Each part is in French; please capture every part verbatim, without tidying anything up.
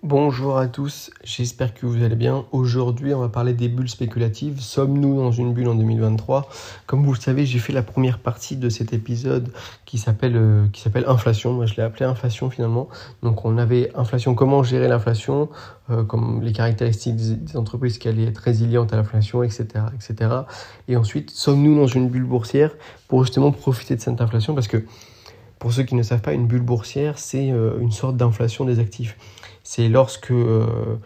Bonjour à tous, j'espère que vous allez bien. Aujourd'hui, on va parler des bulles spéculatives. Sommes-nous dans une bulle en deux mille vingt-trois? Comme vous le savez, j'ai fait la première partie de cet épisode qui s'appelle euh, qui s'appelle inflation. Moi, je l'ai appelé inflation finalement. Donc, on avait inflation, comment gérer l'inflation, euh, comme les caractéristiques des, des entreprises qui allaient être résilientes à l'inflation, et cetera, et cetera. Et ensuite, sommes-nous dans une bulle boursière pour justement profiter de cette inflation? Parce que pour ceux qui ne savent pas, une bulle boursière, c'est euh, une sorte d'inflation des actifs. C'est lorsque euh,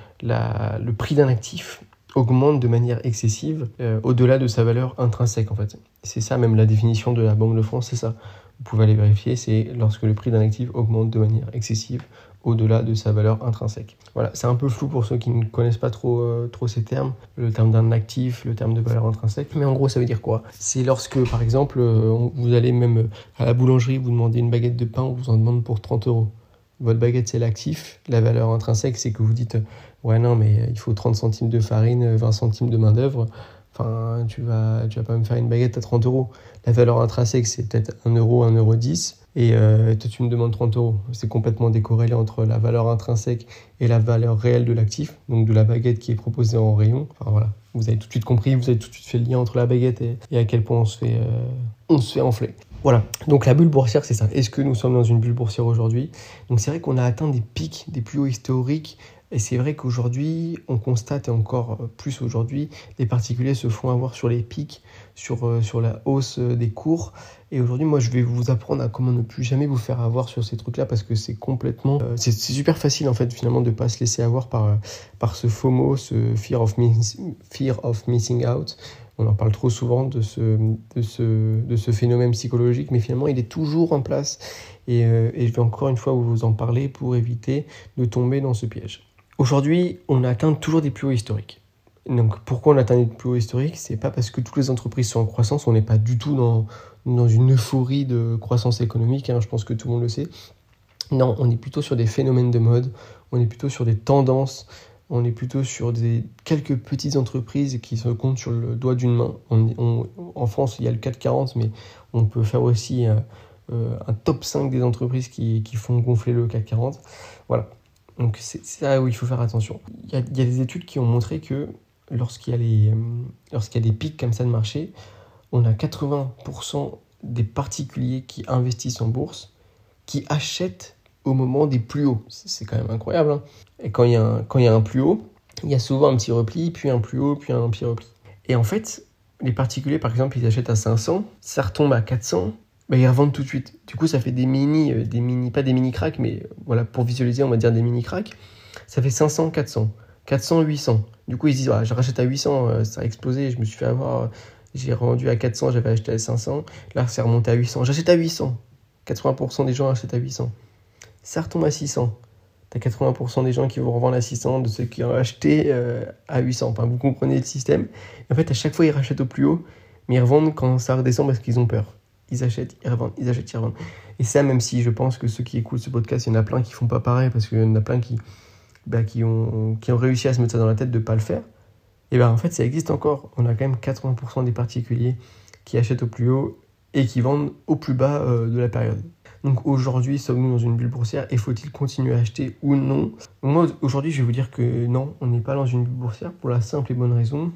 la, le prix d'un actif augmente de manière excessive euh, au-delà de sa valeur intrinsèque en fait. C'est ça même la définition de la Banque de France, c'est ça. Vous pouvez aller vérifier, c'est lorsque le prix d'un actif augmente de manière excessive au-delà de sa valeur intrinsèque. Voilà, c'est un peu flou pour ceux qui ne connaissent pas trop, euh, trop ces termes, le terme d'un actif, le terme de valeur intrinsèque, mais en gros ça veut dire quoi? C'est lorsque par exemple euh, vous allez même à la boulangerie, vous demandez une baguette de pain, on vous en demande pour trente euros. Votre baguette, c'est l'actif. La valeur intrinsèque, c'est que vous dites « Ouais, non, mais il faut trente centimes de farine, vingt centimes de main-d'œuvre. Enfin, tu vas, tu vas pas me faire une baguette à trente euros. » La valeur intrinsèque, c'est peut-être un euro, un euro dix. Et euh, toi, tu me demandes trente euros. C'est complètement décorrélé entre la valeur intrinsèque et la valeur réelle de l'actif, donc de la baguette qui est proposée en rayon. Enfin, voilà. Vous avez tout de suite compris, vous avez tout de suite fait le lien entre la baguette et, et à quel point on se fait, euh, on se fait enfler. Voilà, donc la bulle boursière, c'est ça. Est-ce que nous sommes dans une bulle boursière aujourd'hui? Donc c'est vrai qu'on a atteint des pics, des plus hauts historiques, et c'est vrai qu'aujourd'hui, on constate, et encore plus aujourd'hui, les particuliers se font avoir sur les pics, sur, euh, sur la hausse des cours. Et aujourd'hui, moi, je vais vous apprendre à comment ne plus jamais vous faire avoir sur ces trucs-là, parce que c'est complètement... Euh, c'est, c'est super facile, en fait, finalement, de ne pas se laisser avoir par, euh, par ce FOMO, ce fear of, miss, fear of missing out. On en parle trop souvent de ce, de, ce, de ce phénomène psychologique, mais finalement, il est toujours en place. Et, euh, et je vais encore une fois vous en parler pour éviter de tomber dans ce piège. Aujourd'hui, on atteint toujours des plus hauts historiques. Donc, pourquoi on atteint des plus hauts historiques? C'est pas parce que toutes les entreprises sont en croissance, on n'est pas du tout dans, dans une euphorie de croissance économique, hein, je pense que tout le monde le sait. Non, on est plutôt sur des phénomènes de mode, on est plutôt sur des tendances, on est plutôt sur des, quelques petites entreprises qui se comptent sur le doigt d'une main. On, on, en France, il y a le CAC quarante, mais on peut faire aussi euh, euh, un top cinq des entreprises qui, qui font gonfler le CAC quarante. Voilà, donc c'est, c'est là où il faut faire attention. Il y a, il y a des études qui ont montré que lorsqu'il y a, les, euh, lorsqu'il y a des pics comme ça de marché, on a quatre-vingts pour cent des particuliers qui investissent en bourse, qui achètent au moment des plus hauts. C'est quand même incroyable, hein. Et quand il y a un, quand il y a un plus haut, il y a souvent un petit repli, puis un plus haut, puis un petit repli. Et en fait, les particuliers, par exemple, ils achètent à cinq cents, ça retombe à quatre cents, bah, ils revendent tout de suite. Du coup, ça fait des mini, euh, des mini, pas des mini cracks, mais euh, voilà, pour visualiser, on va dire des mini cracks. Ça fait cinq cents, quatre cents, quatre cents, huit cents. Du coup, ils se disent, ah, je rachète à huit cents, euh, ça a explosé, je me suis fait avoir, euh, j'ai revendu à quatre cents, j'avais acheté à cinq cents, là, c'est remonté à huit cents. J'achète à huit cents. quatre-vingts pour cent des gens achètent à huit cents. Ça retombe à six cents. Tu as quatre-vingts pour cent des gens qui vont revendre à six cents de ceux qui ont acheté euh, à huit cents. Enfin, vous comprenez le système. Et en fait, à chaque fois, ils rachètent au plus haut, mais ils revendent quand ça redescend parce qu'ils ont peur. Ils achètent, ils revendent, ils achètent, ils revendent. Et ça, même si je pense que ceux qui écoutent ce podcast, il y en a plein qui font pas pareil parce qu'il y en a plein qui, bah, qui, ont, qui ont réussi à se mettre ça dans la tête de ne pas le faire. Et bien, en fait, ça existe encore. On a quand même quatre-vingts pour cent des particuliers qui achètent au plus haut et qui vendent au plus bas euh, de la période. Donc aujourd'hui, sommes-nous dans une bulle boursière et faut-il continuer à acheter ou non? Donc moi, aujourd'hui, je vais vous dire que non, on n'est pas dans une bulle boursière pour la simple et bonne raison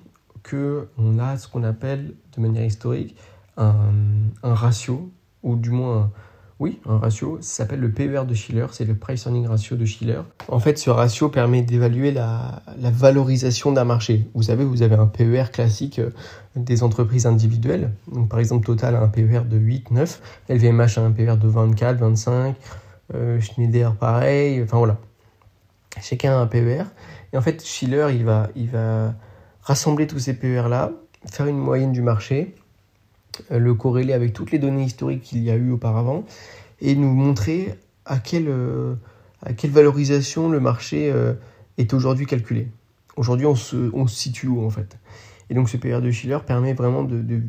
qu'on a ce qu'on appelle, de manière historique, un, un ratio, ou du moins, un, oui, un ratio, ça s'appelle le P E R de Shiller, c'est le Price Earning Ratio de Shiller. En fait, ce ratio permet d'évaluer la, la valorisation d'un marché. Vous savez, vous avez un P E R classique euh, des entreprises individuelles. Donc, par exemple, Total a un P E R de huit, neuf, L V M H a un P E R de vingt-quatre, vingt-cinq, euh, Schneider pareil, enfin voilà. Chacun a un P E R. Et en fait, Shiller, il va, il va rassembler tous ces P E R-là, faire une moyenne du marché, euh, le corréler avec toutes les données historiques qu'il y a eu auparavant, et nous montrer à quelle, euh, à quelle valorisation le marché euh, est aujourd'hui calculé. Aujourd'hui, on se, on se situe où, en fait? Et donc, ce P E R de Shiller permet vraiment de, de,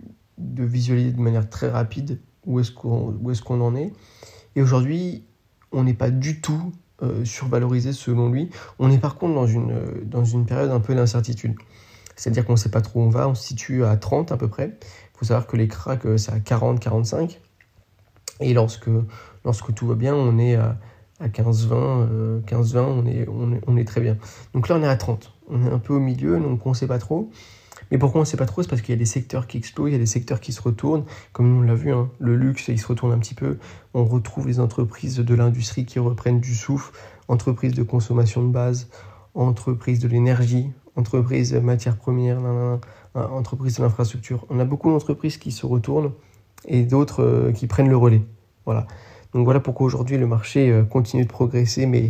de visualiser de manière très rapide où est-ce qu'on, où est-ce qu'on en est. Et aujourd'hui, on n'est pas du tout euh, survalorisé selon lui. On est par contre dans une, euh, dans une période un peu d'incertitude. C'est-à-dire qu'on ne sait pas trop où on va. On se situe à trente à peu près. Il faut savoir que les cracks, euh, c'est à quarante, quarante-cinq. Et lorsque, lorsque tout va bien, on est à, à quinze vingt, euh, quinze vingt, on est, on, est, on est très bien. Donc là, on est à trente. On est un peu au milieu, donc on ne sait pas trop. Mais pourquoi on ne sait pas trop? C'est parce qu'il y a des secteurs qui explosent, il y a des secteurs qui se retournent. Comme nous, on l'a vu, hein, le luxe, il se retourne un petit peu. On retrouve les entreprises de l'industrie qui reprennent du souffle, entreprises de consommation de base, entreprises de l'énergie, entreprises matières premières, nan, nan, nan, entreprises de l'infrastructure. On a beaucoup d'entreprises qui se retournent et d'autres euh, qui prennent le relais. Voilà. Donc voilà pourquoi aujourd'hui le marché euh, continue de progresser, mais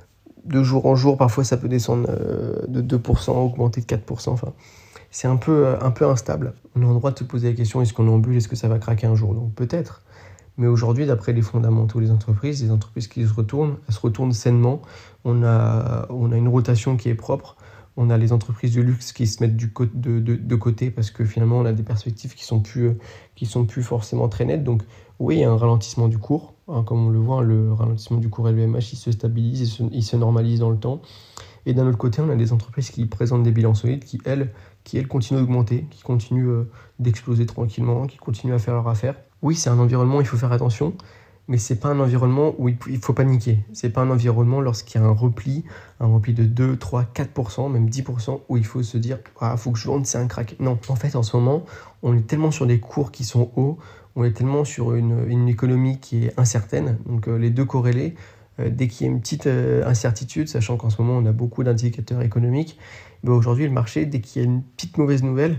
de jour en jour, parfois ça peut descendre euh, de deux pour cent, augmenter de quatre pour cent. Enfin, c'est un peu, euh, un peu instable. On a le droit de se poser la question, est-ce qu'on est en bulle, est-ce que ça va craquer un jour? Donc peut-être. Mais aujourd'hui, d'après les fondamentaux des entreprises, les entreprises qui se retournent, elles se retournent sainement. On a, on a une rotation qui est propre. On a les entreprises de luxe qui se mettent du co- de, de, de côté parce que finalement, on a des perspectives qui sont plus, qui sont plus forcément très nettes. Donc oui, il y a un ralentissement du cours. Hein, comme on le voit, le ralentissement du cours L V M H, il se stabilise, il se, il se normalise dans le temps. Et d'un autre côté, on a des entreprises qui présentent des bilans solides qui, elles, qui, elles continuent d'augmenter, qui continuent euh, d'exploser tranquillement, qui continuent à faire leur affaire. Oui, c'est un environnement où il faut faire attention, mais c'est pas un environnement où il faut paniquer. C'est pas un environnement lorsqu'il y a un repli, un repli de deux, trois, quatre pour cent, même dix pour cent, où il faut se dire « Ah, faut que je vende, c'est un crack ». Non, en fait, en ce moment, on est tellement sur des cours qui sont hauts, on est tellement sur une, une économie qui est incertaine, donc euh, les deux corrélés, euh, dès qu'il y a une petite euh, incertitude, sachant qu'en ce moment, on a beaucoup d'indicateurs économiques, ben aujourd'hui, le marché, dès qu'il y a une petite mauvaise nouvelle,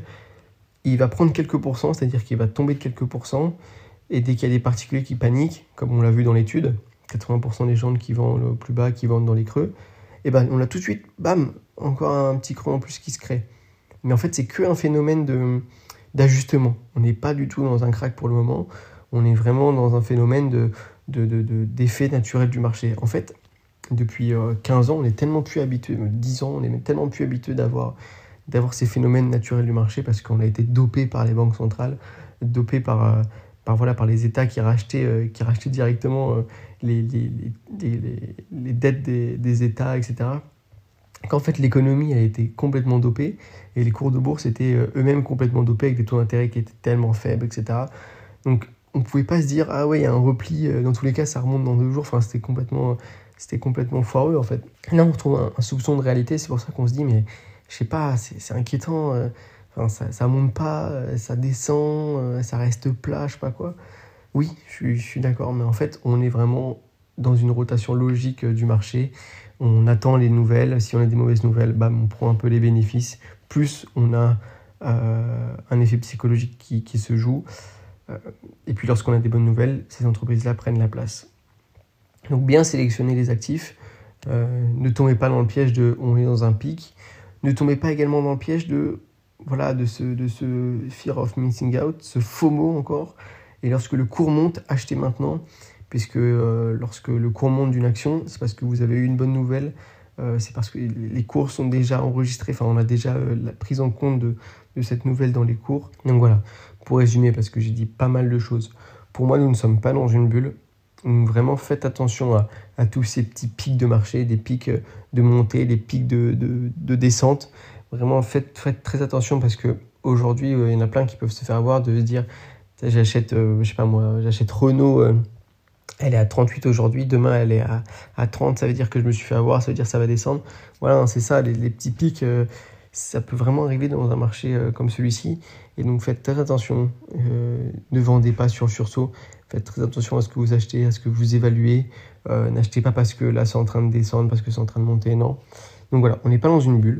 il va prendre quelques pourcents, c'est-à-dire qu'il va tomber de quelques pourcents. Et dès qu'il y a des particuliers qui paniquent, comme on l'a vu dans l'étude, quatre-vingts pour cent des gens qui vendent au plus bas, qui vendent dans les creux, et ben on a tout de suite, bam, encore un petit creux en plus qui se crée. Mais en fait, c'est qu'un phénomène de, d'ajustement. On n'est pas du tout dans un crack pour le moment. On est vraiment dans un phénomène de, de, de, de, d'effet naturel du marché. En fait, depuis quinze ans, on est tellement plus habitué, dix ans, on est tellement plus habitué d'avoir d'avoir ces phénomènes naturels du marché parce qu'on a été dopé par les banques centrales, dopé par, par, voilà, par les États qui rachetaient, euh, qui rachetaient directement euh, les, les, les, les, les dettes des, des États, et cetera. Qu'en fait, l'économie a été complètement dopée et les cours de bourse étaient euh, eux-mêmes complètement dopés avec des taux d'intérêt qui étaient tellement faibles, et cetera. Donc, on ne pouvait pas se dire « Ah ouais, il y a un repli, euh, dans tous les cas, ça remonte dans deux jours. » Enfin, c'était complètement, c'était complètement foireux, en fait. Là, on retrouve un, un soupçon de réalité. C'est pour ça qu'on se dit « Mais je sais pas, c'est, c'est inquiétant. Euh, enfin, ça, ça monte pas, euh, ça descend, euh, ça reste plat, je sais pas quoi. » Oui, je suis, je suis d'accord. Mais en fait, on est vraiment dans une rotation logique euh, du marché. On attend les nouvelles. Si on a des mauvaises nouvelles, bam, on prend un peu les bénéfices. Plus on a euh, un effet psychologique qui, qui se joue. Euh, et puis lorsqu'on a des bonnes nouvelles, ces entreprises-là prennent la place. Donc bien sélectionner les actifs. Euh, ne tombez pas dans le piège de on est dans un pic. Ne tombez pas également dans le piège de, voilà, de, ce, de ce fear of missing out, ce FOMO encore. Et lorsque le cours monte, achetez maintenant. Puisque euh, lorsque le cours monte d'une action, c'est parce que vous avez eu une bonne nouvelle. Euh, c'est parce que les cours sont déjà enregistrés. Enfin, on a déjà euh, la prise en compte de, de cette nouvelle dans les cours. Donc voilà, pour résumer, parce que j'ai dit pas mal de choses. Pour moi, nous ne sommes pas dans une bulle. Donc, vraiment, faites attention à, à tous ces petits pics de marché, des pics de montée, des pics de, de, de descente. Vraiment, faites, faites très attention parce qu'aujourd'hui, euh, il y en a plein qui peuvent se faire avoir de se dire j'achète, euh, je sais pas moi, j'achète Renault. Euh, Elle est à trente-huit aujourd'hui, demain elle est à, à trente, ça veut dire que je me suis fait avoir, ça veut dire que ça va descendre. Voilà, c'est ça, les, les petits pics, euh, ça peut vraiment arriver dans un marché euh, comme celui-ci. Et donc faites très attention, euh, ne vendez pas sur le sursaut, faites très attention à ce que vous achetez, à ce que vous évaluez. Euh, n'achetez pas parce que là c'est en train de descendre, parce que c'est en train de monter, non. Donc voilà, on n'est pas dans une bulle.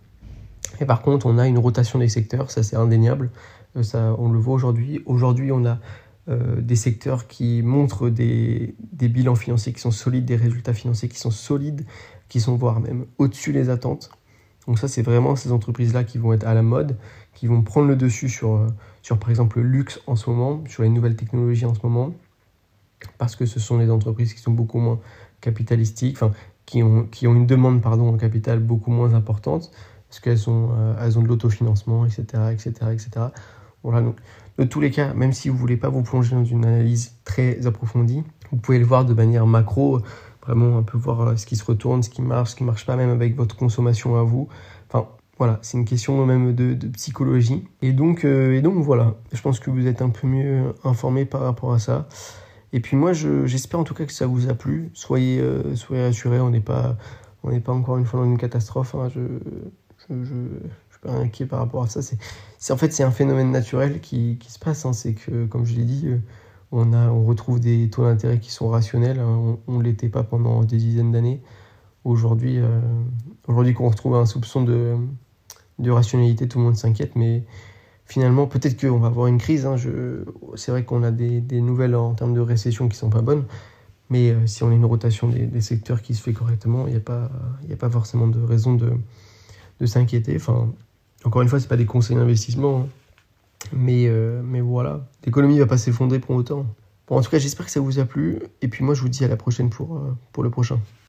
Et par contre, on a une rotation des secteurs, ça c'est indéniable, euh, ça, on le voit aujourd'hui. Aujourd'hui, on a Euh, des secteurs qui montrent des, des bilans financiers qui sont solides, des résultats financiers qui sont solides, qui sont voire même au-dessus des attentes. Donc ça, c'est vraiment ces entreprises-là qui vont être à la mode, qui vont prendre le dessus sur, sur par exemple, le luxe en ce moment, sur les nouvelles technologies en ce moment, parce que ce sont des entreprises qui sont beaucoup moins capitalistiques, enfin, qui ont, qui ont une demande pardon, en capital beaucoup moins importante, parce qu'elles ont, euh, elles ont de l'autofinancement, et cetera, et cetera, et cetera. Voilà, donc de tous les cas, même si vous ne voulez pas vous plonger dans une analyse très approfondie, vous pouvez le voir de manière macro, vraiment un peu voir ce qui se retourne, ce qui marche, ce qui ne marche pas, même avec votre consommation à vous. Enfin, voilà, c'est une question même de, de psychologie. Et donc, euh, et donc, voilà, je pense que vous êtes un peu mieux informés par rapport à ça. Et puis moi, je, j'espère en tout cas que ça vous a plu. Soyez, euh, soyez rassurés, on n'est pas, on n'est pas encore une fois dans une catastrophe. Hein. Je, je, je, je suis pas inquiet par rapport à ça. C'est, c'est en fait c'est un phénomène naturel qui, qui se passe. Hein. C'est que, comme je l'ai dit, euh, on a, on retrouve des taux d'intérêt qui sont rationnels. Hein. On, ne l'était pas pendant des dizaines d'années. Aujourd'hui, euh, aujourd'hui qu'on retrouve un soupçon de, de rationalité, tout le monde s'inquiète, mais finalement, peut-être qu'on va avoir une crise. Hein. Je... C'est vrai qu'on a des, des nouvelles en termes de récession qui sont pas bonnes, mais euh, si on a une rotation des, des secteurs qui se fait correctement, il n'y a pas, il n'y a pas forcément de raison de, de s'inquiéter. Enfin, encore une fois, c'est pas des conseils d'investissement, hein. mais, euh, mais voilà, l'économie va pas s'effondrer pour autant. Bon, en tout cas, j'espère que ça vous a plu, et puis moi, je vous dis à la prochaine pour, euh, pour le prochain.